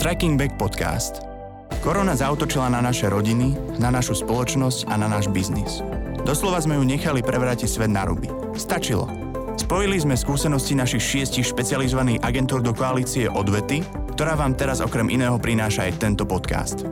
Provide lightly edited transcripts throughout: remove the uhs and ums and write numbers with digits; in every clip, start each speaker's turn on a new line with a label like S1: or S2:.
S1: Striking Back Podcast. Korona zaútočila na naše rodiny, na našu spoločnosť a na náš biznis. Doslova sme ju nechali prevrátiť svet na ruby. Stačilo. Spojili sme skúsenosti našich 6 špecializovaných agentúr do koalície Odvety, ktorá vám teraz okrem iného prináša aj tento podcast.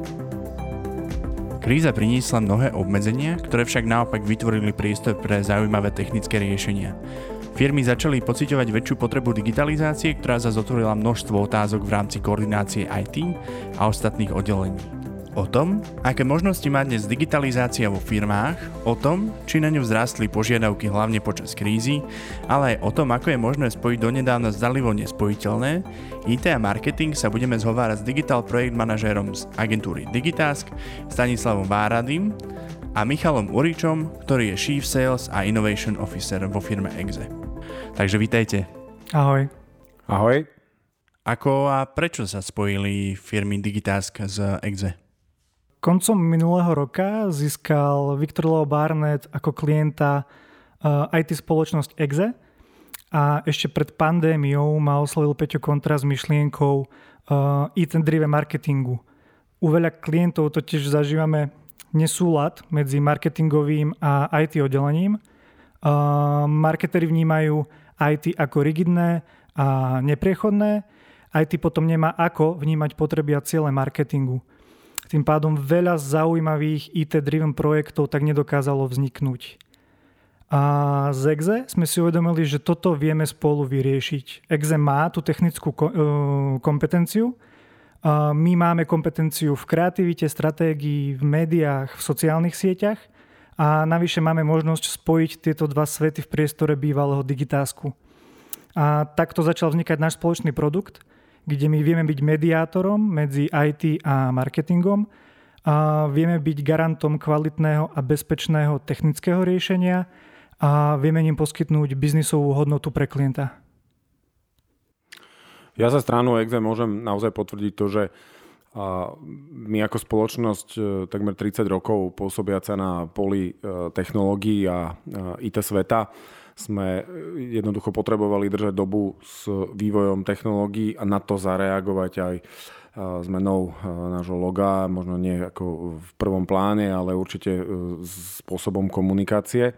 S2: Kríza priniesla mnohé obmedzenia, ktoré však naopak vytvorili priestor pre zaujímavé technické riešenia. Firmy začali pociťovať väčšiu potrebu digitalizácie, ktorá zase otvorila množstvo otázok v rámci koordinácie IT a ostatných oddelení. O tom, aké možnosti má dnes digitalizácia vo firmách, o tom, či na ňu vzrástli požiadavky hlavne počas krízy, ale aj o tom, ako je možné spojiť donedávna zdanlivo nespojiteľné, IT a marketing sa budeme zhovárať s digital projekt manažérom z agentúry Digitask, Stanislavom Váradym a Michalom Uričom, ktorý je Chief Sales a Innovation Officer vo firme Exe. Takže vítajte.
S3: Ahoj.
S4: Ahoj.
S2: Ako a prečo sa spojili firmy Digitask s Exe?
S3: Koncom minulého roka získal Viktor Leo Barnett ako klienta IT spoločnosť Exe a ešte pred pandémiou ma oslovil Peťo Kontra s myšlienkou IT-driven marketingu. U veľa klientov totiž zažívame nesúlad medzi marketingovým a IT oddelením. Marketeri vnímajú IT ako rigidné a nepriechodné. IT potom nemá ako vnímať potreby a ciele marketingu. Tým pádom veľa zaujímavých IT-driven projektov tak nedokázalo vzniknúť. A z Exe sme si uvedomili, že toto vieme spolu vyriešiť. Exe má tú technickú kompetenciu. My máme kompetenciu v kreativite, stratégii, v médiách, v sociálnych sieťach a navyše máme možnosť spojiť tieto dva svety v priestore bývalého Digitásku. A takto začal vznikať náš spoločný produkt, kde my vieme byť mediátorom medzi IT a marketingom a vieme byť garantom kvalitného a bezpečného technického riešenia a vieme ním poskytnúť biznisovú hodnotu pre klienta.
S4: Ja za stranu Exe môžem naozaj potvrdiť to, že my ako spoločnosť takmer 30 rokov pôsobiaca na poli technológií a IT sveta sme jednoducho potrebovali držať dobu s vývojom technológií a na to zareagovať aj zmenou nášho loga, možno nie ako v prvom pláne, ale určite spôsobom komunikácie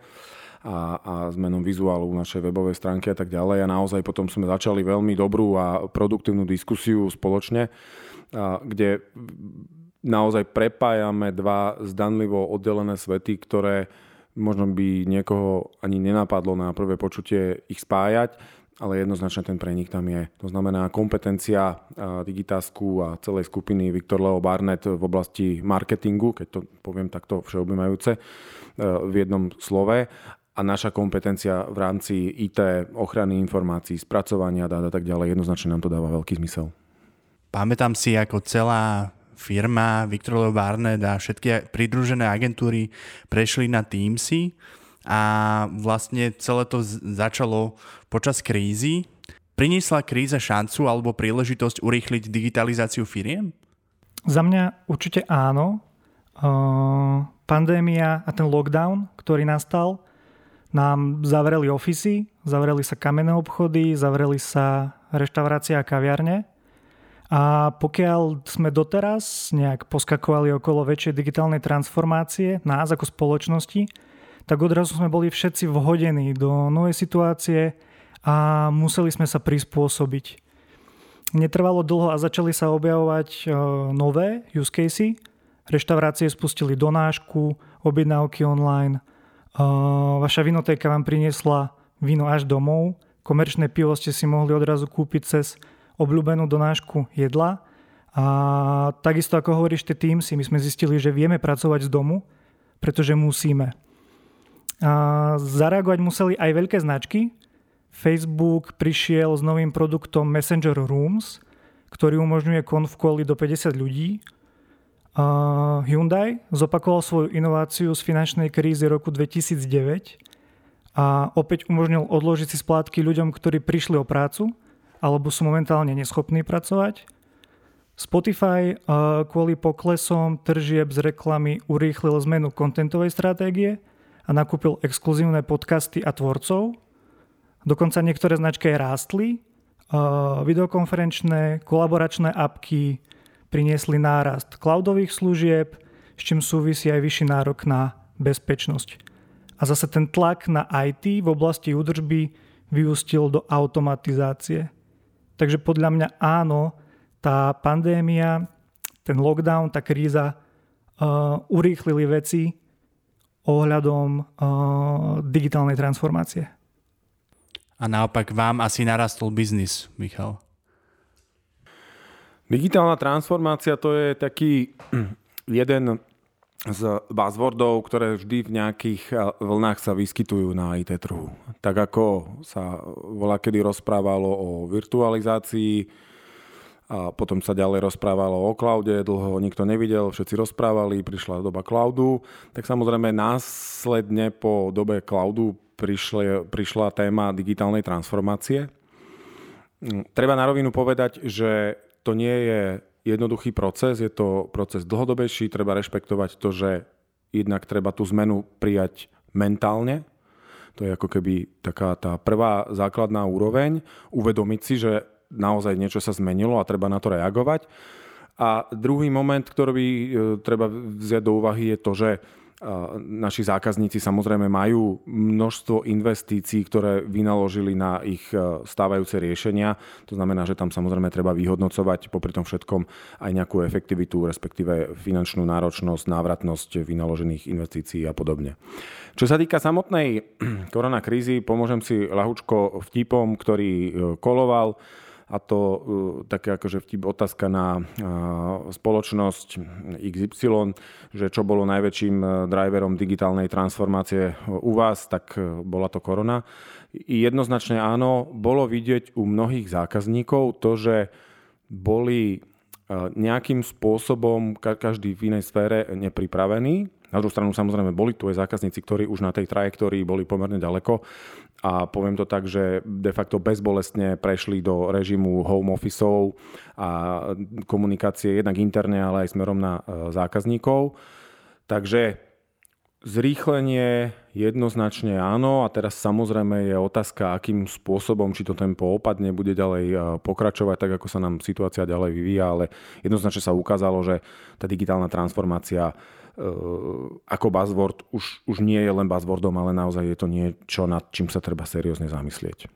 S4: a zmenom vizuálu našej webovej stránky a tak ďalej. A naozaj potom sme začali veľmi dobrú a produktívnu diskusiu spoločne, kde naozaj prepájame dva zdanlivo oddelené svety, ktoré možno by niekoho ani nenapadlo na prvé počutie ich spájať, ale jednoznačne ten prenik tam je. To znamená kompetencia Digitásku a celej skupiny Viktor Leo Barnett v oblasti marketingu, keď to poviem takto všeobjímajúce v jednom slove, a naša kompetencia v rámci IT, ochrany informácií, spracovania dát a tak ďalej, jednoznačne nám to dáva veľký zmysel.
S2: Pamätám si, ako celá firma Viktor Leo Barnett a všetky pridružené agentúry prešli na Teamsy a vlastne celé to začalo počas krízy. Priniesla kríza šancu alebo príležitosť urýchliť digitalizáciu firiem?
S3: Za mňa určite áno. Pandémia a ten lockdown, ktorý nastal, nám zavreli ofisy, zavreli sa kamenné obchody, zavreli sa reštaurácie a kaviarne. A pokiaľ sme doteraz nejak poskakovali okolo väčšej digitálnej transformácie nás ako spoločnosti, tak odrazu sme boli všetci vhodení do novej situácie a museli sme sa prispôsobiť. Netrvalo dlho a začali sa objavovať nové use casey. Reštaurácie spustili donášku, objednávky online. Vaša vinotéka vám priniesla víno až domov. Komerčné pivo ste si mohli odrazu kúpiť cez obľúbenú donášku jedla. A takisto ako hovoríš tie Teamsy, my sme zistili, že vieme pracovať z domu, pretože musíme. A zareagovať museli aj veľké značky. Facebook prišiel s novým produktom Messenger Rooms, ktorý umožňuje conf cally do 50 ľudí. Hyundai zopakoval svoju inováciu z finančnej krízy roku 2009 a opäť umožnil odložiť si splátky ľuďom, ktorí prišli o prácu alebo sú momentálne neschopní pracovať. Spotify kvôli poklesom tržieb z reklamy urýchlil zmenu kontentovej stratégie a nakúpil exkluzívne podcasty a tvorcov. Dokonca niektoré značky rástli. Videokonferenčné, kolaboračné apky, priniesli nárast cloudových služieb, s čím súvisí aj vyšší nárok na bezpečnosť. A zase ten tlak na IT v oblasti údržby vyústil do automatizácie. Takže podľa mňa áno, tá pandémia, ten lockdown, tá kríza urýchlili veci ohľadom digitálnej transformácie.
S2: A naopak vám asi narastol biznis, Michal.
S4: Digitálna transformácia to je taký jeden z buzzwordov, ktoré vždy v nejakých vlnách sa vyskytujú na IT trhu. Tak ako sa voľakedy rozprávalo o virtualizácii a potom sa ďalej rozprávalo o cloude, dlho nikto nevidel, všetci rozprávali, prišla doba cloudu, tak samozrejme následne po dobe cloudu prišla téma digitálnej transformácie. Treba na rovinu povedať, že to nie je jednoduchý proces, je to proces dlhodobejší, treba rešpektovať to, že jednak treba tú zmenu prijať mentálne, to je ako keby taká tá prvá základná úroveň, uvedomiť si, že naozaj niečo sa zmenilo a treba na to reagovať. A druhý moment, ktorý treba vziať do úvahy, je to, že naši zákazníci samozrejme majú množstvo investícií, ktoré vynaložili na ich stávajúce riešenia. To znamená, že tam samozrejme treba vyhodnocovať popri tom všetkom aj nejakú efektivitu, respektíve finančnú náročnosť, návratnosť vynaložených investícií a podobne. Čo sa týka samotnej koronakrízy, pomôžem si ľahučko vtipom, ktorý koloval. A to také akože otázka na spoločnosť XY, že čo bolo najväčším driverom digitálnej transformácie u vás, tak bola to korona. I jednoznačne áno, bolo vidieť u mnohých zákazníkov to, že boli nejakým spôsobom každý v inej sfére nepripravení. Na druhú stranu samozrejme boli tu aj zákazníci, ktorí už na tej trajektórii boli pomerne ďaleko a poviem to tak, že de facto bezbolestne prešli do režimu home officeov a komunikácie jednak interne, ale aj smerom na zákazníkov. Takže zrýchlenie jednoznačne áno a teraz samozrejme je otázka, akým spôsobom, či to tempo opadne, bude ďalej pokračovať, tak ako sa nám situácia ďalej vyvíja, ale jednoznačne sa ukázalo, že tá digitálna transformácia ako buzzword už nie je len buzzwordom, ale naozaj je to niečo, nad čím sa treba seriózne zamyslieť.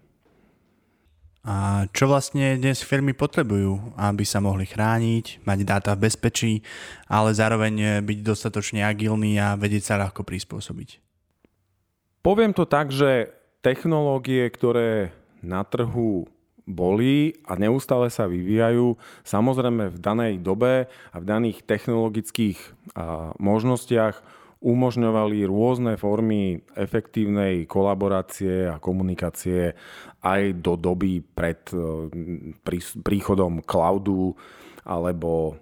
S2: A čo vlastne dnes firmy potrebujú, aby sa mohli chrániť, mať dáta v bezpečí, ale zároveň byť dostatočne agilní a vedieť sa ľahko prispôsobiť?
S4: Poviem to tak, že technológie, ktoré na trhu boli a neustále sa vyvíjajú, samozrejme v danej dobe a v daných technologických možnostiach umožňovali rôzne formy efektívnej kolaborácie a komunikácie aj do doby pred príchodom cloudu alebo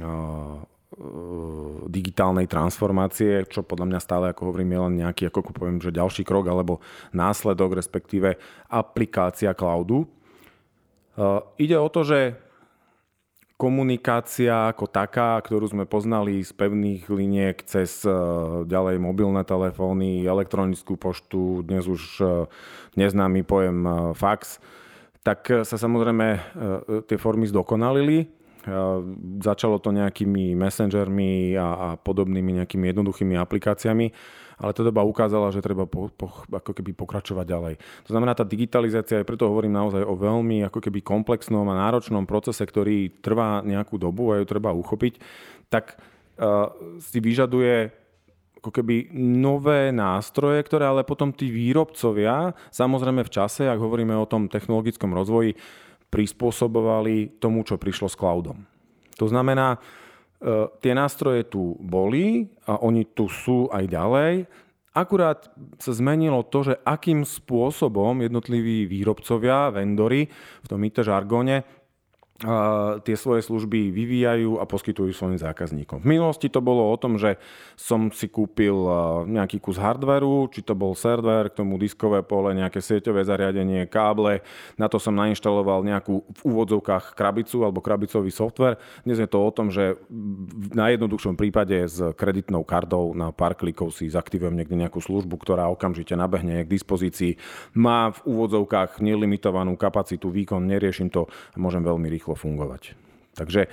S4: digitálnej transformácie, čo podľa mňa stále, ako hovorím, je len nejaký, ako poviem, že ďalší krok alebo následok, respektíve aplikácia cloudu. Ide o to, že komunikácia ako taká, ktorú sme poznali z pevných liniek cez ďalej mobilné telefóny, elektronickú poštu, dnes už neznámy pojem fax, tak sa samozrejme tie formy zdokonalili. Začalo to nejakými messengermi a podobnými nejakými jednoduchými aplikáciami, ale tá doba ukázala, že treba ako keby pokračovať ďalej. To znamená, tá digitalizácia, aj preto hovorím naozaj o veľmi ako keby komplexnom a náročnom procese, ktorý trvá nejakú dobu a ju treba uchopiť, tak si vyžaduje ako keby nové nástroje, ktoré ale potom tí výrobcovia, samozrejme v čase, ak hovoríme o tom technologickom rozvoji, prispôsobovali tomu, čo prišlo s cloudom. To znamená, tie nástroje tu boli a oni tu sú aj ďalej. Akurát sa zmenilo to, že akým spôsobom jednotliví výrobcovia, vendory v tom IT žargóne tie svoje služby vyvíjajú a poskytujú svojim zákazníkom. V minulosti to bolo o tom, že som si kúpil nejaký kus hardvéru, či to bol server, k tomu diskové pole, nejaké sieťové zariadenie, káble, na to som nainštaloval nejakú v úvodzovkách krabicu alebo krabicový software. Dnes je to o tom, že v najjednoduchšom prípade s kreditnou kartou na pár klikov si zaktivujem niekde nejakú službu, ktorá okamžite nabehne k dispozícii. Má v úvodzovkách nelimitovanú kapacitu, výkon, neriešim to a môžem veľmi rýchlo fungovať. Takže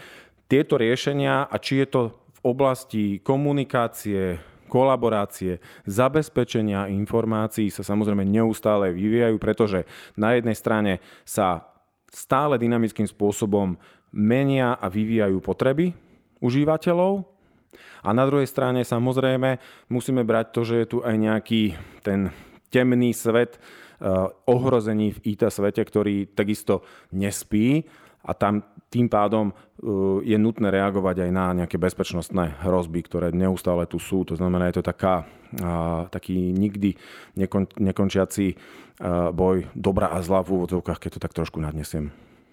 S4: tieto riešenia a či je to v oblasti komunikácie, kolaborácie, zabezpečenia informácií sa samozrejme neustále vyvíjajú, pretože na jednej strane sa stále dynamickým spôsobom menia a vyvíjajú potreby užívateľov a na druhej strane samozrejme musíme brať to, že je tu aj nejaký ten temný svet ohrození v IT svete, ktorý takisto nespí a tam tým pádom je nutné reagovať aj na nejaké bezpečnostné hrozby, ktoré neustále tu sú. To znamená, je to taký nikdy nekončiaci boj dobra a zla v úvodzovkách, keď to tak trošku nadnesiem.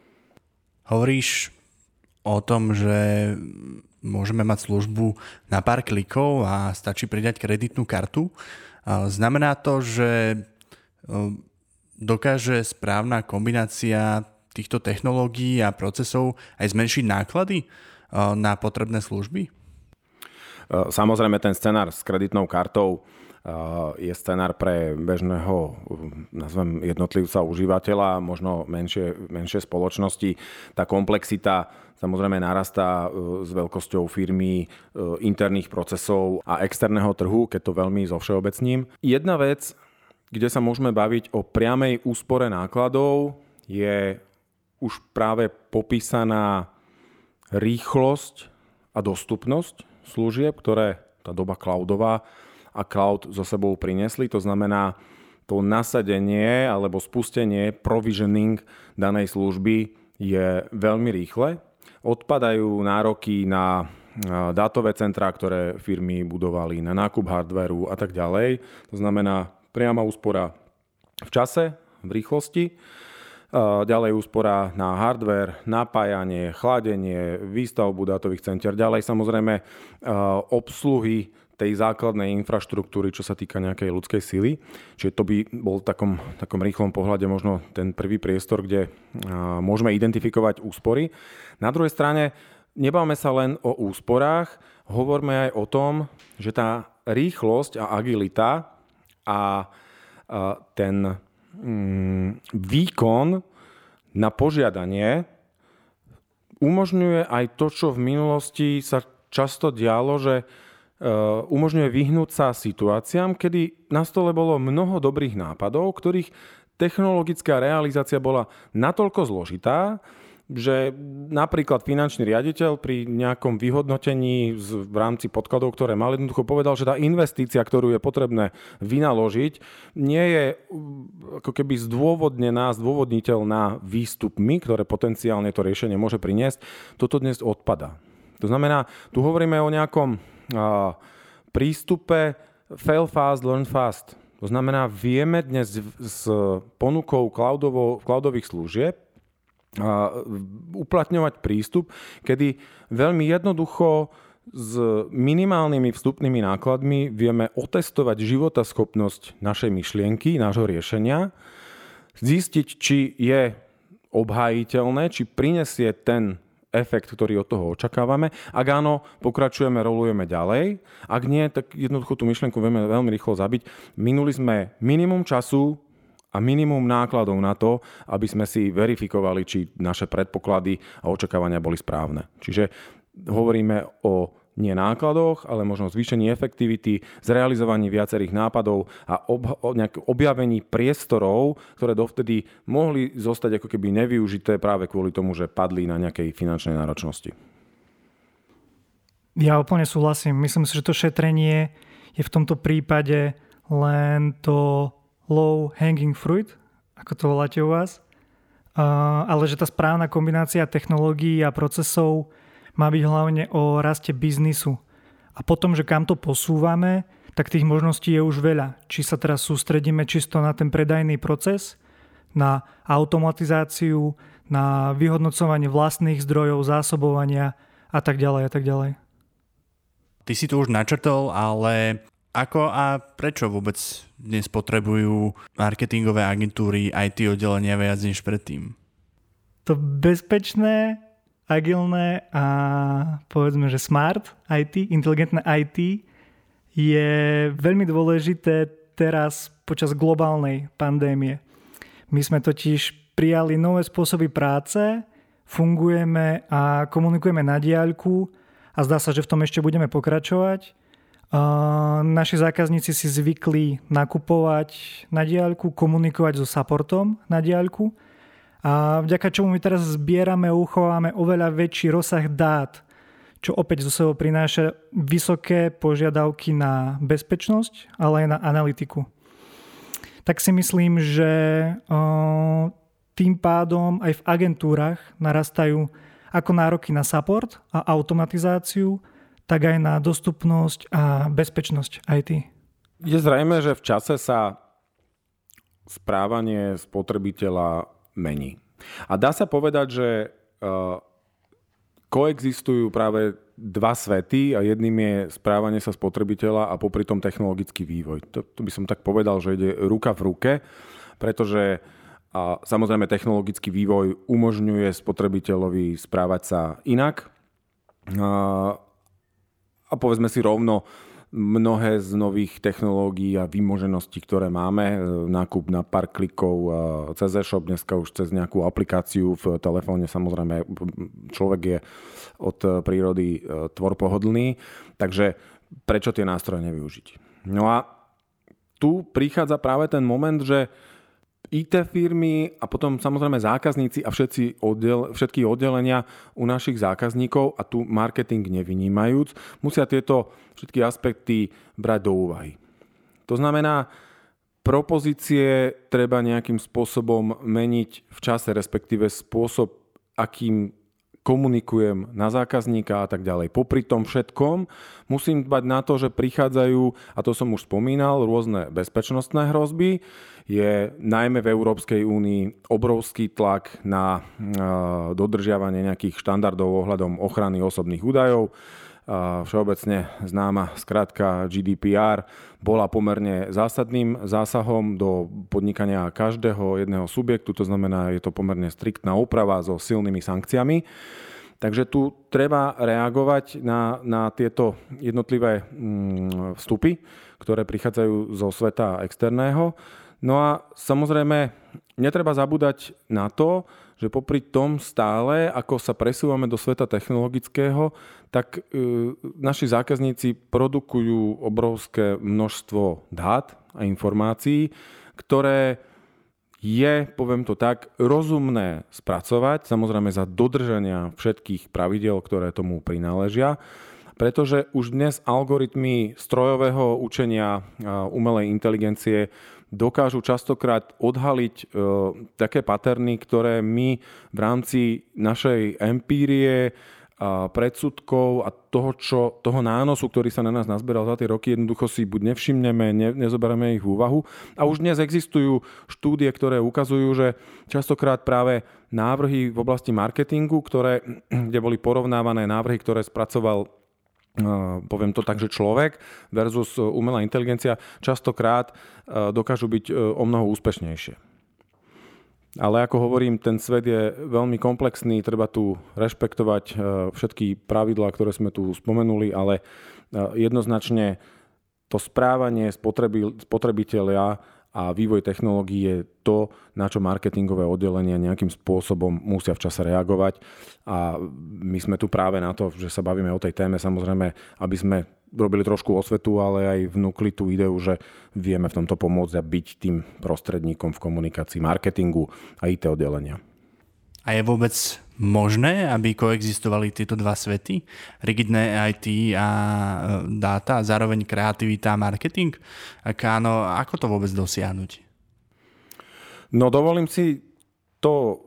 S2: Hovoríš o tom, že môžeme mať službu na pár klikov a stačí pridať kreditnú kartu. Znamená to, že dokáže správna kombinácia týchto technológií a procesov aj zmenšiť náklady na potrebné služby?
S4: Samozrejme, ten scenár s kreditnou kartou je scenár pre bežného, nazvem jednotlivca, užívateľa, možno menšie spoločnosti. Tá komplexita samozrejme narastá s veľkosťou firmy, interných procesov a externého trhu, keď to veľmi zovšeobecním. Jedna vec, kde sa môžeme baviť o priamej úspore nákladov, je už práve popísaná rýchlosť a dostupnosť služieb, ktoré tá doba cloudová a cloud so sebou priniesli. To znamená, to nasadenie alebo spustenie, provisioning danej služby je veľmi rýchle. Odpadajú nároky na dátové centrá, ktoré firmy budovali, na nákup hardvéru a tak ďalej. To znamená priama úspora v čase, v rýchlosti. Ďalej úspora na hardware, napájanie, chladenie, výstavbu dátových centier. Ďalej samozrejme obsluhy tej základnej infraštruktúry, čo sa týka nejakej ľudskej sily. Čiže to by bol v takom rýchlom pohľade možno ten prvý priestor, kde môžeme identifikovať úspory. Na druhej strane nebavme sa len o úsporách, hovorme aj o tom, že tá rýchlosť a agilita a ten výkon na požiadanie umožňuje aj to, čo v minulosti sa často dialo, že umožňuje vyhnúť sa situáciám, kedy na stole bolo mnoho dobrých nápadov, ktorých technologická realizácia bola natoľko zložitá, že napríklad finančný riaditeľ pri nejakom vyhodnotení v rámci podkladov, ktoré mal, jednoducho povedal, že tá investícia, ktorú je potrebné vynaložiť, nie je ako keby zdôvodniteľná výstupmi, ktoré potenciálne to riešenie môže priniesť. Toto dnes odpadá. To znamená, tu hovoríme o nejakom prístupe fail fast, learn fast. To znamená, vieme dnes s ponukou cloudových služieb uplatňovať prístup, kedy veľmi jednoducho s minimálnymi vstupnými nákladmi vieme otestovať životaschopnosť našej myšlienky, nášho riešenia, zistiť, či je obhájiteľné, či prinesie ten efekt, ktorý od toho očakávame. Ak áno, pokračujeme, rolujeme ďalej. Ak nie, tak jednoducho tú myšlienku vieme veľmi rýchlo zabiť. Minuli sme minimum času a minimum nákladov na to, aby sme si verifikovali, či naše predpoklady a očakávania boli správne. Čiže hovoríme o nie nákladoch, ale možno zvýšení efektivity, zrealizovaní viacerých nápadov a objavení priestorov, ktoré dovtedy mohli zostať ako keby nevyužité práve kvôli tomu, že padli na nejakej finančnej náročnosti. Ja
S3: úplne súhlasím. Myslím si, že to šetrenie je v tomto prípade len to low hanging fruit, ako to voláte u vás, ale že tá správna kombinácia technológií a procesov má byť hlavne o raste biznisu. A potom, že kam to posúvame, tak tých možností je už veľa. Či sa teraz sústredíme čisto na ten predajný proces, na automatizáciu, na vyhodnocovanie vlastných zdrojov, zásobovania a tak ďalej a tak ďalej.
S2: Ty si to už načrtol, ale ako a prečo vôbec dnes potrebujú marketingové agentúry IT oddelenia viac než predtým?
S3: To bezpečné, agilné a povedzme, že smart IT, inteligentné IT je veľmi dôležité teraz počas globálnej pandémie. My sme totiž prijali nové spôsoby práce, fungujeme a komunikujeme na diaľku a zdá sa, že v tom ešte budeme pokračovať. Naši zákazníci si zvykli nakupovať na diaľku, komunikovať so supportom na diaľku a vďaka čomu my teraz zbierame a uchováme oveľa väčší rozsah dát, čo opäť zo sebou prináša vysoké požiadavky na bezpečnosť, ale aj na analytiku. Tak si myslím, že tým pádom aj v agentúrach narastajú ako nároky na support a automatizáciu, tak aj na dostupnosť a bezpečnosť IT.
S4: Je zrejme, že v čase sa správanie spotrebiteľa mení. A dá sa povedať, že koexistujú práve dva svety a jedným je správanie sa spotrebiteľa a popri tom technologický vývoj. To by som tak povedal, že ide ruka v ruke, pretože samozrejme technologický vývoj umožňuje spotrebiteľovi správať sa inak. A povedzme si rovno, mnohé z nových technológií a vymožeností, ktoré máme, nákup na pár klikov cez e-shop, dneska už cez nejakú aplikáciu v telefóne, samozrejme človek je od prírody tvor pohodlný, takže prečo tie nástroje nevyužiť? No a tu prichádza práve ten moment, že IT firmy a potom samozrejme zákazníci a všetky oddelenia u našich zákazníkov, a tu marketing nevynímajúc, musia tieto všetky aspekty brať do úvahy. To znamená, propozície treba nejakým spôsobom meniť v čase, respektíve spôsob, akým komunikujem na zákazníka a tak ďalej. Popri tom všetkom musím dbať na to, že prichádzajú, a to som už spomínal, rôzne bezpečnostné hrozby. Je najmä v Európskej únii obrovský tlak na dodržiavanie nejakých štandardov ohľadom ochrany osobných údajov. Všeobecne známa skratka GDPR bola pomerne zásadným zásahom do podnikania každého jedného subjektu, to znamená, je to pomerne striktná úprava so silnými sankciami. Takže tu treba reagovať na tieto jednotlivé vstupy, ktoré prichádzajú zo sveta externého. No a samozrejme, netreba zabúdať na to, že popri tom stále, ako sa presúvame do sveta technologického, tak naši zákazníci produkujú obrovské množstvo dát a informácií, ktoré je, poviem to tak, rozumné spracovať, samozrejme za dodržania všetkých pravidiel, ktoré tomu prináležia, pretože už dnes algoritmy strojového učenia a umelej inteligencie dokážu častokrát odhaliť také paterny, ktoré my v rámci našej empírie, predsudkov a toho nánosu, ktorý sa na nás nazberal za tie roky, jednoducho si buď nevšimneme, nezoberieme ich v úvahu. A už dnes existujú štúdie, ktoré ukazujú, že častokrát práve návrhy v oblasti marketingu, kde boli porovnávané návrhy, ktoré spracoval, poviem to tak, že človek versus umelá inteligencia, častokrát dokážu byť o mnoho úspešnejšie. Ale ako hovorím, ten svet je veľmi komplexný, treba tu rešpektovať všetky pravidlá, ktoré sme tu spomenuli, ale jednoznačne to správanie spotrebiteľa a vývoj technológií je to, na čo marketingové oddelenia nejakým spôsobom musia v čase reagovať. A my sme tu práve na to, že sa bavíme o tej téme, samozrejme, aby sme robili trošku osvetu, ale aj vnúkli tú ideu, že vieme v tomto pomôcť a byť tým prostredníkom v komunikácii marketingu a IT oddelenia.
S2: A je vôbec možné, aby koexistovali tieto dva svety? Rigidné IT a dáta a zároveň kreativita a marketing? Ak áno, ako to vôbec dosiahnuť?
S4: No dovolím si to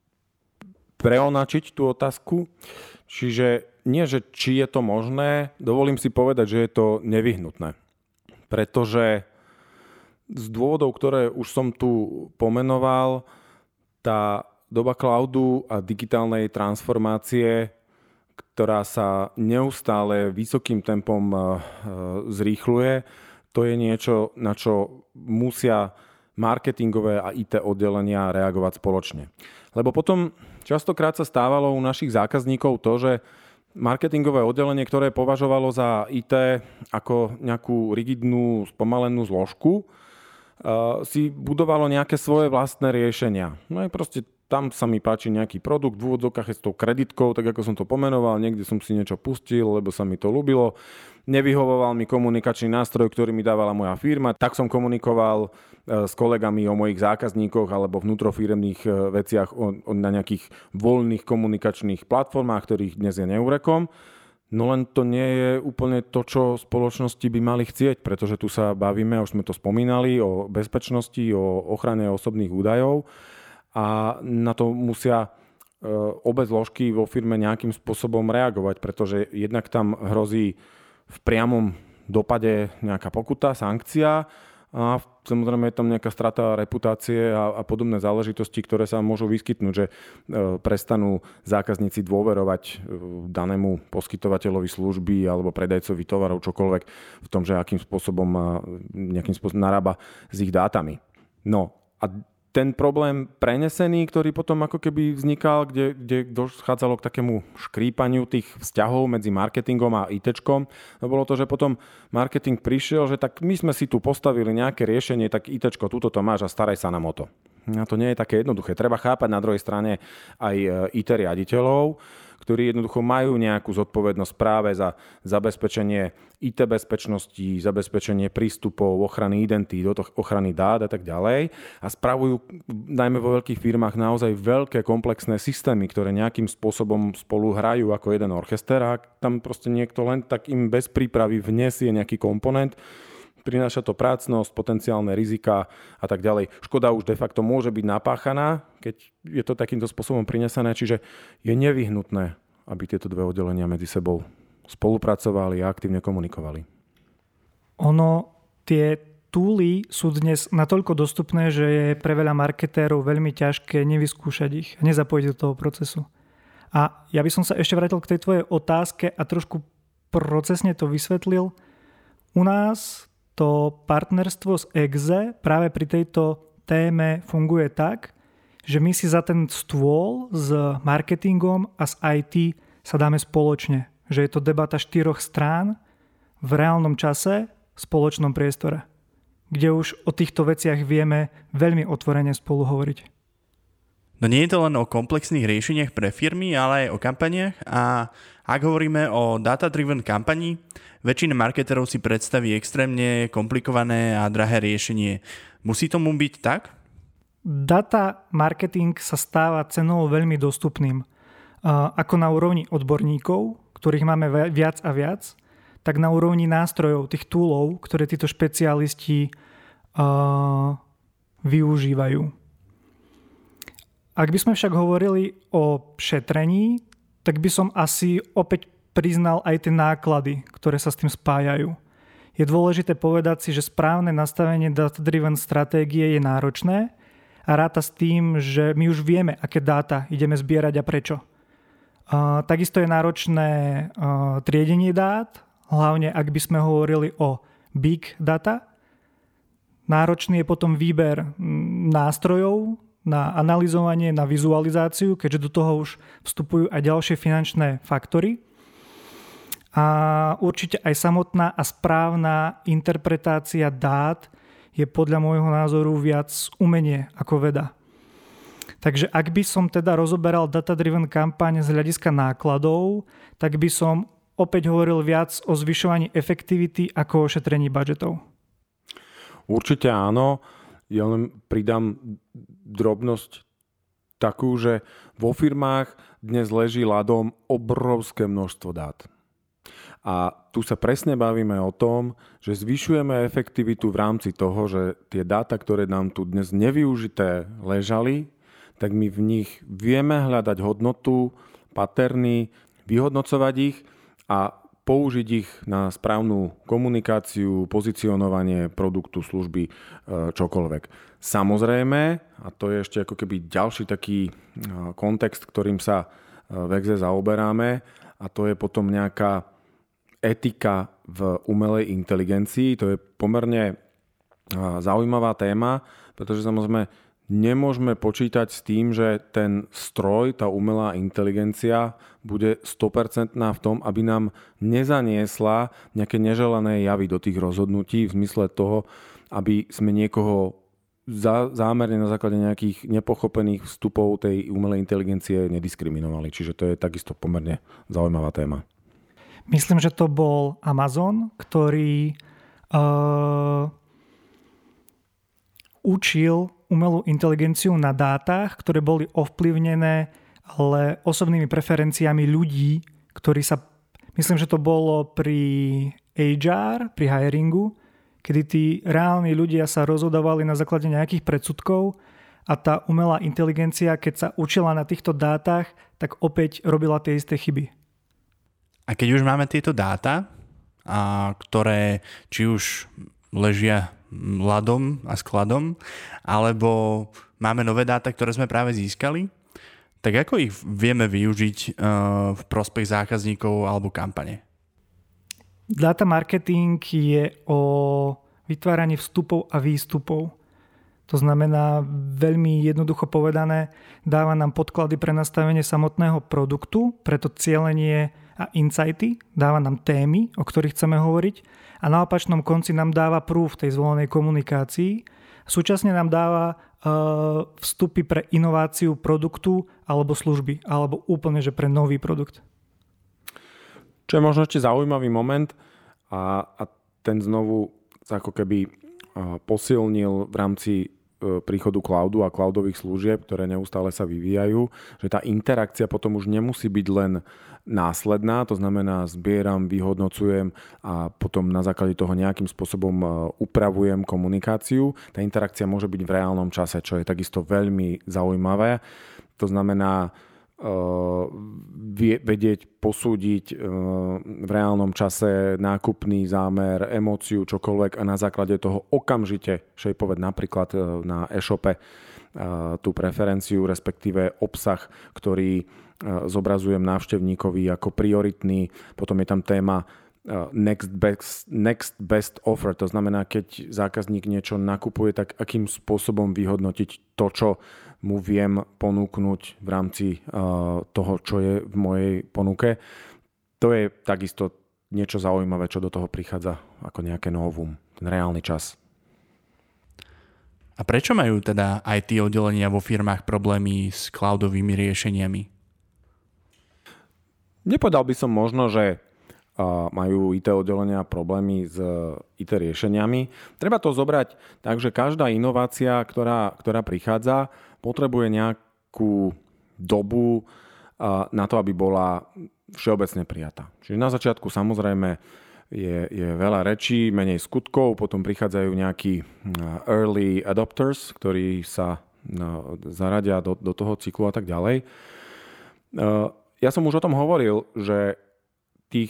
S4: preonačiť tú otázku. Čiže nie, že či je to možné, dovolím si povedať, že je to nevyhnutné. Pretože z dôvodov, ktoré už som tu pomenoval, tá doba cloudu a digitálnej transformácie, ktorá sa neustále vysokým tempom zrýchľuje, to je niečo, na čo musia marketingové a IT oddelenia reagovať spoločne. Lebo potom častokrát sa stávalo u našich zákazníkov to, že marketingové oddelenie, ktoré považovalo za IT ako nejakú rigidnú, spomalenú zložku, si budovalo nejaké svoje vlastné riešenia. No je proste tam sa mi páči nejaký produkt, v úvodzovkách je s tou kreditkou, tak ako som to pomenoval, niekde som si niečo pustil, lebo sa mi to ľúbilo. Nevyhovoval mi komunikačný nástroj, ktorý mi dávala moja firma, tak som komunikoval s kolegami o mojich zákazníkoch alebo vnútrofiremných veciach na nejakých voľných komunikačných platformách, ktorých dnes je neurekom. No len to nie je úplne to, čo spoločnosti by mali chcieť, pretože tu sa bavíme, už sme to spomínali, o bezpečnosti, o ochrane osobných údajov a na to musia obe zložky vo firme nejakým spôsobom reagovať, pretože jednak tam hrozí v priamom dopade nejaká pokuta, sankcia a samozrejme je tam nejaká strata reputácie a podobné záležitosti, ktoré sa môžu vyskytnúť, že prestanú zákazníci dôverovať danému poskytovateľovi služby alebo predajcovi tovarov, čokoľvek v tom, že akým spôsobom nejakým spôsobom narába s ich dátami. No a ten problém prenesený, ktorý potom ako keby vznikal, kde dochádzalo k takému škrípaniu tých vzťahov medzi marketingom a ITčkom, to bolo to, že potom marketing prišiel, že tak my sme si tu postavili nejaké riešenie, tak ITčko, túto to máš a staraj sa nám o to. A to nie je také jednoduché. Treba chápať na druhej strane aj IT riaditeľov, ktorí jednoducho majú nejakú zodpovednosť práve za zabezpečenie IT bezpečnosti, zabezpečenie prístupov, ochrany identít, ochrany dát a tak ďalej. A spravujú najmä vo veľkých firmách naozaj veľké komplexné systémy, ktoré nejakým spôsobom spolu hrajú ako jeden orchester a tam proste niekto len tak im bez prípravy vniesie nejaký komponent, prináša to prácnosť, potenciálne rizika a tak ďalej. Škoda už de facto môže byť napáchaná, keď je to takýmto spôsobom prinesené, čiže je nevyhnutné, aby tieto dve oddelenia medzi sebou spolupracovali a aktívne komunikovali.
S3: Tie túly sú dnes natoľko dostupné, že je pre veľa marketérov veľmi ťažké nevyskúšať ich a nezapojiť do toho procesu. A ja by som sa ešte vrátil k tej tvojej otázke a trošku procesne to vysvetlil. U nás to partnerstvo s EXE práve pri tejto téme funguje tak, že my si za ten stôl s marketingom a s IT sa dáme spoločne. Že je to debata 4 strán v reálnom čase v spoločnom priestore, kde už o týchto veciach vieme veľmi otvorene spolu hovoriť.
S2: No nie je to len o komplexných riešeniach pre firmy, ale aj o kampaniach a ak hovoríme o data-driven kampani, väčšina marketerov si predstaví extrémne komplikované a drahé riešenie. Musí tomu byť tak?
S3: Data marketing sa stáva cenovo veľmi dostupným. Ako na úrovni odborníkov, ktorých máme viac a viac, tak na úrovni nástrojov, tých toolov, ktoré títo špecialisti využívajú. Ak by sme však hovorili o šetrení, tak by som asi opäť priznal aj tie náklady, ktoré sa s tým spájajú. Je dôležité povedať si, že správne nastavenie data-driven stratégie je náročné a ráta s tým, že my už vieme, aké dáta ideme zbierať a prečo. Takisto je náročné triedenie dát, hlavne ak by sme hovorili o big data. Náročný je potom výber nástrojov na analyzovanie, na vizualizáciu, keďže do toho už vstupujú aj ďalšie finančné faktory. A určite aj samotná a správna interpretácia dát je podľa môjho názoru viac umenie ako veda. Takže ak by som teda rozoberal data-driven kampaň z hľadiska nákladov, tak by som opäť hovoril viac o zvyšovaní efektivity ako o šetrení budžetov.
S4: Určite áno. Ja len pridám drobnosť takú, že vo firmách dnes leží ľadom obrovské množstvo dát. A tu sa presne bavíme o tom, že zvyšujeme efektivitu v rámci toho, že tie dáta, ktoré nám tu dnes nevyužité ležali, tak my v nich vieme hľadať hodnotu, paterny, vyhodnocovať ich a použiť ich na správnu komunikáciu, pozicionovanie produktu, služby, čokoľvek. Samozrejme, a to je ešte ako keby ďalší taký kontext, ktorým sa v EXE zaoberáme, a to je potom nejaká etika v umelej inteligencii. To je pomerne zaujímavá téma, pretože samozrejme nemôžeme počítať s tým, že ten stroj, tá umelá inteligencia bude 100% v tom, aby nám nezaniesla nejaké neželané javy do tých rozhodnutí v zmysle toho, aby sme niekoho zámerne na základe nejakých nepochopených vstupov tej umelej inteligencie nediskriminovali. Čiže to je takisto pomerne zaujímavá téma.
S3: Myslím, že to bol Amazon, ktorý učil umelú inteligenciu na dátach, ktoré boli ovplyvnené ale osobnými preferenciami ľudí, ktorí sa, myslím, že to bolo pri HR, pri hiringu, kedy tí reálni ľudia sa rozhodovali na základe nejakých predsudkov a tá umelá inteligencia, keď sa učila na týchto dátach, tak opäť robila tie isté chyby.
S2: A keď už máme tieto dáta, ktoré či už ležia ľadom a skladom, alebo máme nové dáta, ktoré sme práve získali, tak ako ich vieme využiť v prospech zákazníkov alebo kampane?
S3: Data marketing je o vytváraní vstupov a výstupov. To znamená, veľmi jednoducho povedané, dáva nám podklady pre nastavenie samotného produktu, preto cielenie a insighty, dáva nám témy, o ktorých chceme hovoriť a na opačnom konci nám dáva proof tej zvolenej komunikácii. Súčasne nám dáva vstupy pre inováciu produktu alebo služby, alebo úplne, že pre nový produkt.
S4: Čo je možno ešte zaujímavý moment a ten znovu ako keby posilnil v rámci príchodu cloudu a cloudových služieb, ktoré neustále sa vyvíjajú, že tá interakcia potom už nemusí byť len následná, to znamená zbieram, vyhodnocujem a potom na základe toho nejakým spôsobom upravujem komunikáciu. Tá interakcia môže byť v reálnom čase, čo je takisto veľmi zaujímavé. To znamená vedieť, posúdiť v reálnom čase nákupný zámer, emóciu, čokoľvek a na základe toho okamžite šejpovať napríklad na e-shope tú preferenciu, respektíve obsah, ktorý zobrazujem návštevníkovi ako prioritný. Potom je tam téma next best offer. To znamená, keď zákazník niečo nakupuje, tak akým spôsobom vyhodnotiť to, čo mu viem ponúknuť v rámci toho, čo je v mojej ponuke. To je takisto niečo zaujímavé, čo do toho prichádza ako nejaké novum, ten reálny čas.
S2: A prečo majú teda IT oddelenia vo firmách problémy s cloudovými riešeniami?
S4: Nepovedal by som možno, že majú IT oddelenia problémy s IT riešeniami. Treba to zobrať tak, že každá inovácia, ktorá prichádza, potrebuje nejakú dobu na to, aby bola všeobecne prijatá. Čiže na začiatku samozrejme je veľa rečí, menej skutkov, potom prichádzajú nejakí early adopters, ktorí sa zaradia do toho cyklu a tak ďalej. Ja som už o tom hovoril, že tých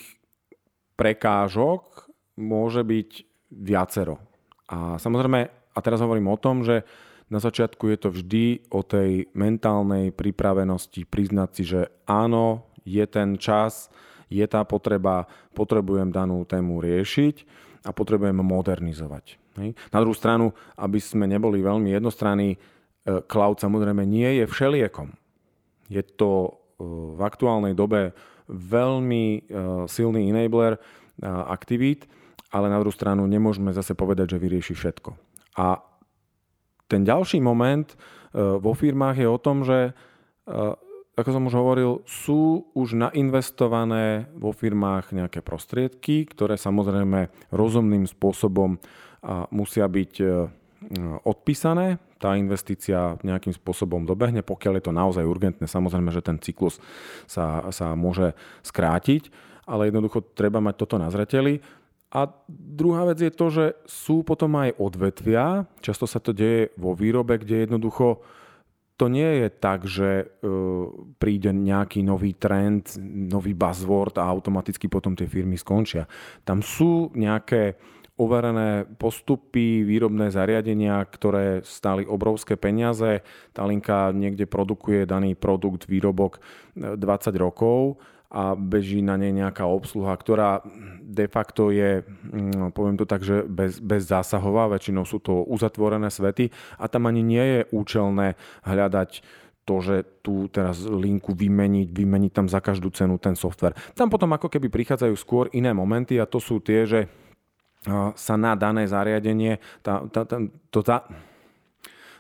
S4: prekážok môže byť viacero. A samozrejme, a teraz hovorím o tom, že na začiatku je to vždy o tej mentálnej pripravenosti priznať si, že áno, je ten čas, je tá potreba, potrebujem danú tému riešiť a potrebujem modernizovať. Na druhú stranu, aby sme neboli veľmi jednostranní, cloud samozrejme nie je všeliekom. Je to v aktuálnej dobe veľmi silný enabler aktivít, ale na druhú stranu nemôžeme zase povedať, že vyrieši všetko. A ten ďalší moment vo firmách je o tom, že ako som už hovoril, sú už nainvestované vo firmách nejaké prostriedky, ktoré samozrejme rozumným spôsobom musia byť odpísané. Tá investícia nejakým spôsobom dobehne, pokiaľ je to naozaj urgentné. Samozrejme, že ten cyklus sa môže skrátiť, ale jednoducho treba mať toto na zreteli. A druhá vec je to, že sú potom aj odvetvia, často sa to deje vo výrobe, kde jednoducho to nie je tak, že príde nejaký nový trend, nový buzzword a automaticky potom tie firmy skončia. Tam sú nejaké overené postupy, výrobné zariadenia, ktoré stáli obrovské peniaze. Tá linka niekde produkuje daný produkt, výrobok 20 rokov a beží na nej nejaká obsluha, ktorá de facto je, poviem to tak, že bezzásahová, väčšinou sú to uzatvorené svety a tam ani nie je účelné hľadať to, že tu teraz linku vymeniť tam za každú cenu ten software. Tam potom ako keby prichádzajú skôr iné momenty a to sú tie, že sa na dané zariadenie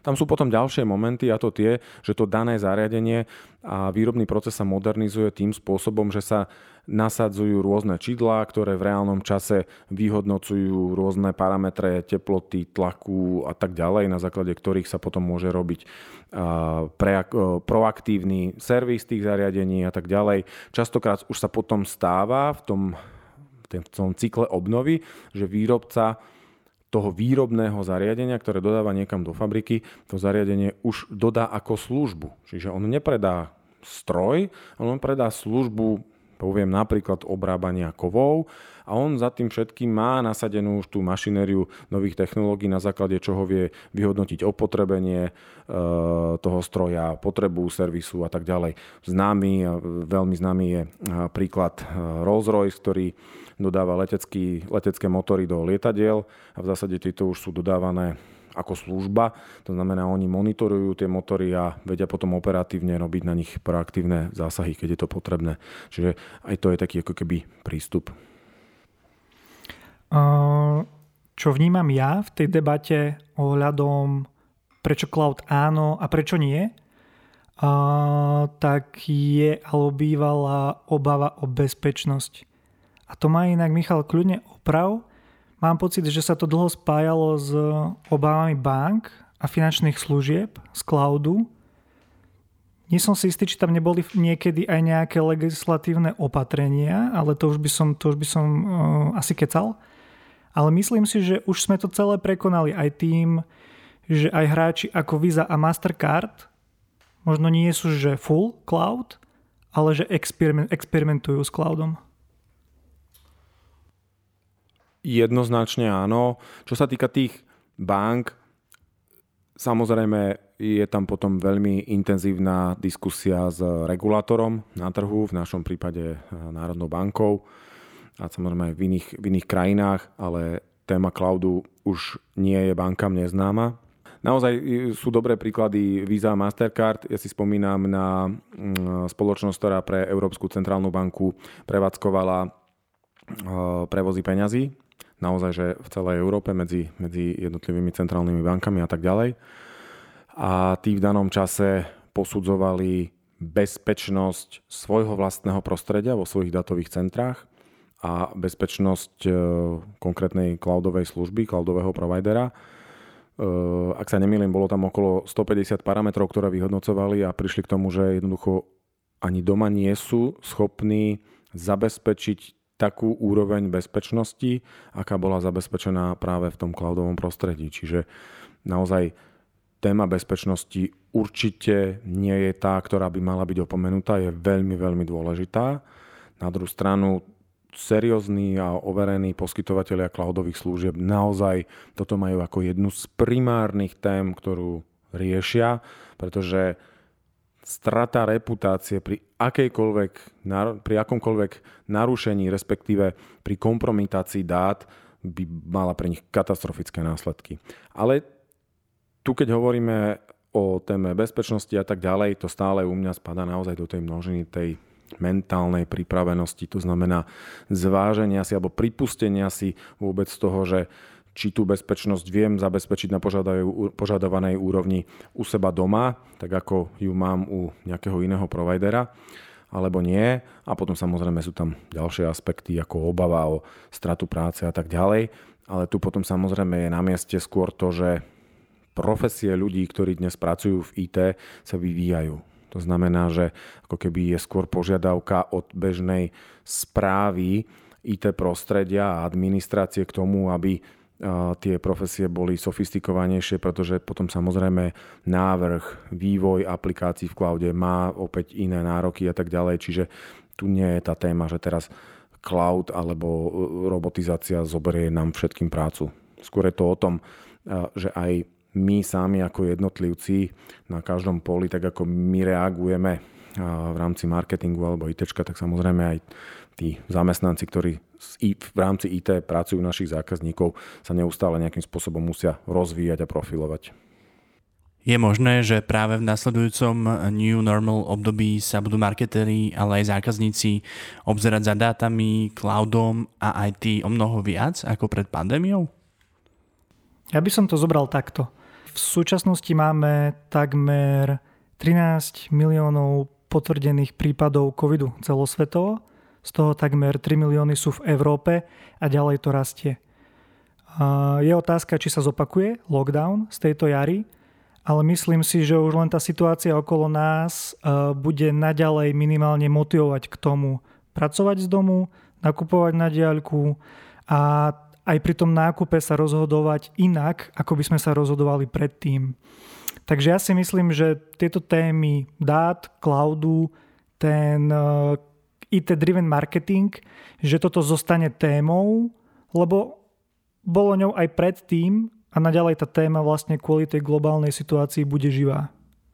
S4: Tam sú potom ďalšie momenty, a to tie, že to dané zariadenie a výrobný proces sa modernizuje tým spôsobom, že sa nasadzujú rôzne čidlá, ktoré v reálnom čase vyhodnocujú rôzne parametre teploty, tlaku a tak ďalej, na základe ktorých sa potom môže robiť proaktívny servis tých zariadení a tak ďalej. Častokrát už sa potom stáva v tom cykle obnovy, že výrobca toho výrobného zariadenia, ktoré dodáva niekam do fabriky, to zariadenie už dodá ako službu. Čiže on nepredá stroj, ale on predá službu, poviem napríklad obrábania kovov, a on za tým všetkým má nasadenú už tú mašinériu nových technológií, na základe čoho vie vyhodnotiť opotrebenie toho stroja, potrebu servisu a tak ďalej. Veľmi známy je príklad Rolls-Royce, ktorý dodáva letecké motory do lietadiel a v zásade tieto už sú dodávané ako služba. To znamená, oni monitorujú tie motory a vedia potom operatívne robiť na nich proaktívne zásahy, keď je to potrebné. Čiže aj to je taký ako keby prístup.
S3: Čo vnímam ja v tej debate ohľadom prečo cloud áno a prečo nie, tak je alebo bývala obava o bezpečnosť. A to má inak, Michal, kľudne oprav. Mám pocit, že sa to dlho spájalo s obávami bank a finančných služieb z cloudu. Nie som si istý, či tam neboli niekedy aj nejaké legislatívne opatrenia, ale to už by som asi kecal. Ale myslím si, že už sme to celé prekonali aj tým, že aj hráči ako Visa a Mastercard možno nie sú že full cloud, ale že experimentujú s cloudom.
S4: Jednoznačne áno. Čo sa týka tých bank, samozrejme je tam potom veľmi intenzívna diskusia s regulátorom na trhu, v našom prípade Národnou bankou a samozrejme aj v iných krajinách, ale téma cloudu už nie je bankám neznáma. Naozaj sú dobré príklady Visa a Mastercard. Ja si spomínam na spoločnosť, ktorá pre Európsku centrálnu banku prevádzkovala prevozy peňazí. Naozaj, že v celej Európe medzi jednotlivými centrálnymi bankami a tak ďalej. A tí v danom čase posudzovali bezpečnosť svojho vlastného prostredia vo svojich datových centrách a bezpečnosť konkrétnej cloudovej služby, cloudového providera. Ak sa nemýlim, bolo tam okolo 150 parametrov, ktoré vyhodnocovali a prišli k tomu, že jednoducho ani doma nie sú schopní zabezpečiť takú úroveň bezpečnosti, aká bola zabezpečená práve v tom cloudovom prostredí. Čiže naozaj téma bezpečnosti určite nie je tá, ktorá by mala byť opomenutá, je veľmi, veľmi dôležitá. Na druhú stranu seriózni a overení poskytovatelia cloudových služieb naozaj toto majú ako jednu z primárnych tém, ktorú riešia, pretože strata reputácie pri akomkoľvek narušení, respektíve pri kompromitácii dát by mala pre nich katastrofické následky. Ale tu, keď hovoríme o téme bezpečnosti a tak ďalej, to stále u mňa spadá naozaj do tej množiny tej mentálnej pripravenosti, to znamená zváženia si alebo pripustenia si vôbec toho, že či tú bezpečnosť viem zabezpečiť na požadovanej úrovni u seba doma, tak ako ju mám u nejakého iného providera, alebo nie. A potom samozrejme sú tam ďalšie aspekty ako obava o stratu práce a tak ďalej. Ale tu potom samozrejme je na mieste skôr to, že profesie ľudí, ktorí dnes pracujú v IT, sa vyvíjajú. To znamená, že ako keby je skôr požiadavka od bežnej správy IT prostredia a administrácie k tomu, aby tie profesie boli sofistikovanejšie, pretože potom samozrejme návrh, vývoj aplikácií v cloude má opäť iné nároky a tak ďalej. Čiže tu nie je tá téma, že teraz cloud alebo robotizácia zoberie nám všetkým prácu. Skôr je to o tom, že aj my sami ako jednotlivci na každom poli, tak ako my reagujeme v rámci marketingu alebo ITčka, tak samozrejme aj tí zamestnanci, ktorí v rámci IT pracujú našich zákazníkov, sa neustále nejakým spôsobom musia rozvíjať a profilovať.
S2: Je možné, že práve v nasledujúcom New Normal období sa budú marketéri, ale aj zákazníci obzerať za dátami, cloudom a IT o mnoho viac ako pred pandémiou?
S3: Ja by som to zobral takto. v súčasnosti máme takmer 13 miliónov potvrdených prípadov covidu celosvetovo. Z toho takmer 3 milióny sú v Európe a ďalej to rastie. Je otázka, či sa zopakuje lockdown z tejto jary, ale myslím si, že už len tá situácia okolo nás bude naďalej minimálne motivovať k tomu pracovať z domu, nakupovať na diaľku a aj pri tom nákupe sa rozhodovať inak, ako by sme sa rozhodovali predtým. Takže ja si myslím, že tieto témy dát, cloudu, ten IT-driven marketing, že toto zostane témou, lebo bolo ňou aj predtým a naďalej tá téma vlastne kvôli tej globálnej situácii bude živá.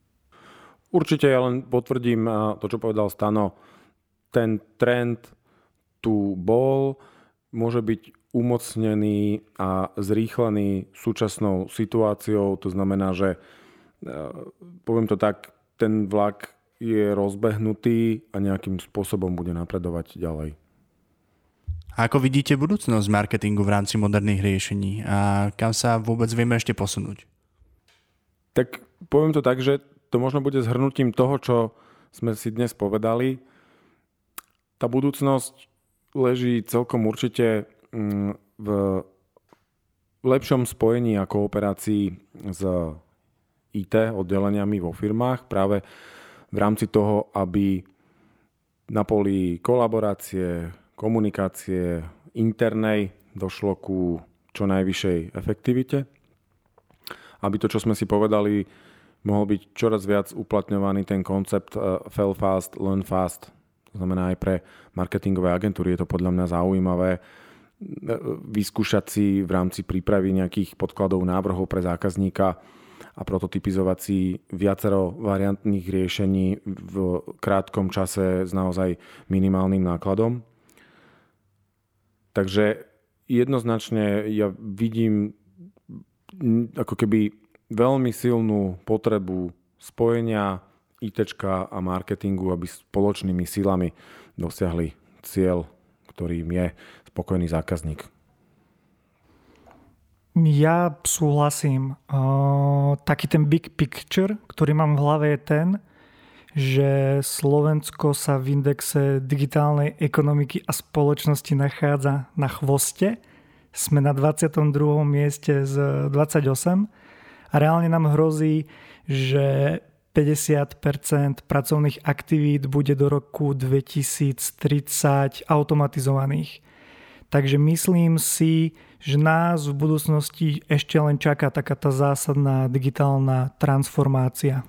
S4: Určite ja len potvrdím to, čo povedal Stano. Ten trend tu bol, môže byť umocnený a zrýchlený súčasnou situáciou. To znamená, že poviem to tak, ten vlak je rozbehnutý a nejakým spôsobom bude napredovať ďalej.
S2: A ako vidíte budúcnosť marketingu v rámci moderných riešení a kam sa vôbec vieme ešte posunúť?
S4: Tak poviem to tak, že to možno bude zhrnutím toho, čo sme si dnes povedali. Tá budúcnosť leží celkom určite v lepšom spojení a kooperácii s IT oddeleniami vo firmách práve v rámci toho, aby na poli kolaborácie, komunikácie internej došlo ku čo najvyššej efektivite. Aby to, čo sme si povedali, mohol byť čoraz viac uplatňovaný ten koncept fail fast, learn fast. To znamená aj pre marketingové agentúry je to podľa mňa zaujímavé vyskúšať si v rámci prípravy nejakých podkladov, návrhov pre zákazníka a prototypizovať si viacero variantných riešení v krátkom čase s naozaj minimálnym nákladom. Takže jednoznačne ja vidím ako keby veľmi silnú potrebu spojenia ITčka a marketingu, aby spoločnými silami dosiahli cieľ, ktorým je spokojný zákazník.
S3: Ja súhlasím. Taký ten big picture, ktorý mám v hlave je ten, že Slovensko sa v indexe digitálnej ekonomiky a spoločnosti nachádza na chvoste. Sme na 22. mieste z 28 a reálne nám hrozí, že 50% pracovných aktivít bude do roku 2030 automatizovaných. Takže myslím si, že nás v budúcnosti ešte len čaká taká tá zásadná digitálna transformácia.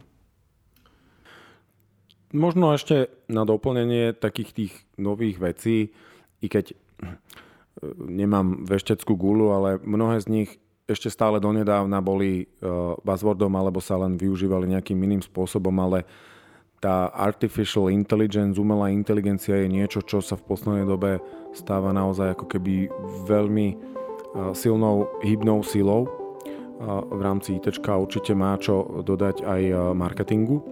S4: Možno ešte na doplnenie takých tých nových vecí, i keď nemám vešteckú guľu, ale mnohé z nich ešte stále donedávna boli buzzwordom alebo sa len využívali nejakým iným spôsobom, ale tá artificial intelligence, umelá inteligencia je niečo, čo sa v poslednej dobe stáva naozaj ako keby veľmi silnou hybnou silou v rámci ITčka. Určite má čo dodať aj marketingu.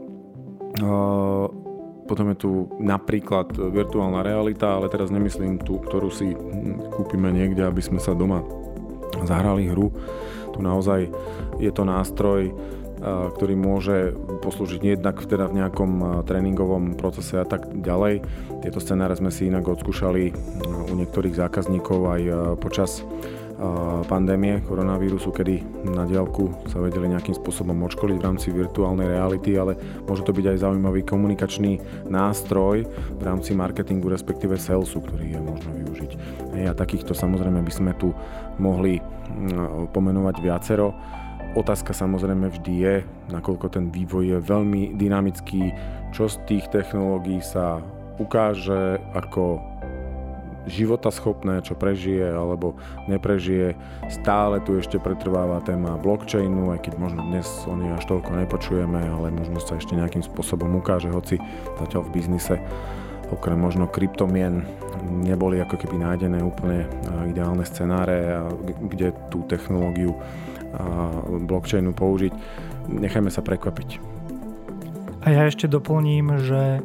S4: Potom je tu napríklad virtuálna realita, ale teraz nemyslím tú, ktorú si kúpime niekde, aby sme sa doma zahrali hru. Tu naozaj je to nástroj, ktorý môže poslúžiť jednak teda v nejakom tréningovom procese a tak ďalej. Tieto scenáre sme si inak odskúšali u niektorých zákazníkov aj počas pandémie koronavírusu, kedy na diaľku sa vedeli nejakým spôsobom odškoliť v rámci virtuálnej reality, ale môže to byť aj zaujímavý komunikačný nástroj v rámci marketingu, respektíve salesu, ktorý je možno využiť. A takýchto samozrejme by sme tu mohli pomenovať viacero. Otázka samozrejme vždy je, nakoľko ten vývoj je veľmi dynamický, čo z tých technológií sa ukáže ako životaschopné, čo prežije alebo neprežije. Stále tu ešte pretrváva téma blockchainu, aj keď možno dnes o nej až toľko nepočujeme, ale možno sa ešte nejakým spôsobom ukáže, hoci zatiaľ v biznise okrem možno kryptomien neboli ako keby nájdené úplne ideálne scenáre, kde tú technológiu blockchainu použiť. Nechajme sa prekvapiť.
S3: A ja ešte doplním, že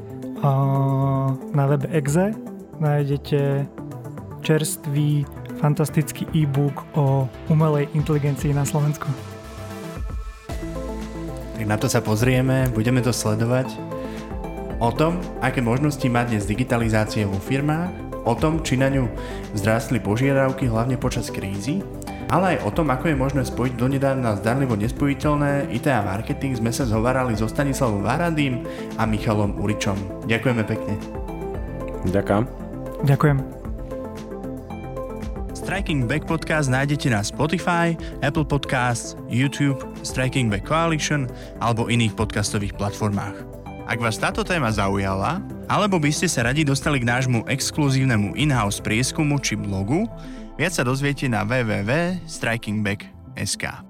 S3: na webe Exe nájdete čerstvý, fantastický e-book o umelej inteligencii na Slovensku.
S2: Tak na to sa pozrieme, budeme to sledovať. O tom, aké možnosti má dnes digitalizácia vo firmách, o tom, či na ňu vzrástli požiadavky hlavne počas krízy, ale aj o tom, ako je možné spojiť donedávna zdanlivo nespojiteľné IT a marketing, sme sa zhovárali so Stanislavom Váradým a Michalom Uričom. Ďakujeme pekne.
S3: Ďakujem.
S1: Striking Back podcast nájdete na Spotify, Apple Podcasts, YouTube, Striking Back Coalition alebo iných podcastových platformách. Ak vás táto téma zaujala, alebo by ste sa radi dostali k nášmu exkluzívnemu in-house prieskumu či blogu, viac sa dozviete na www.strikingback.sk.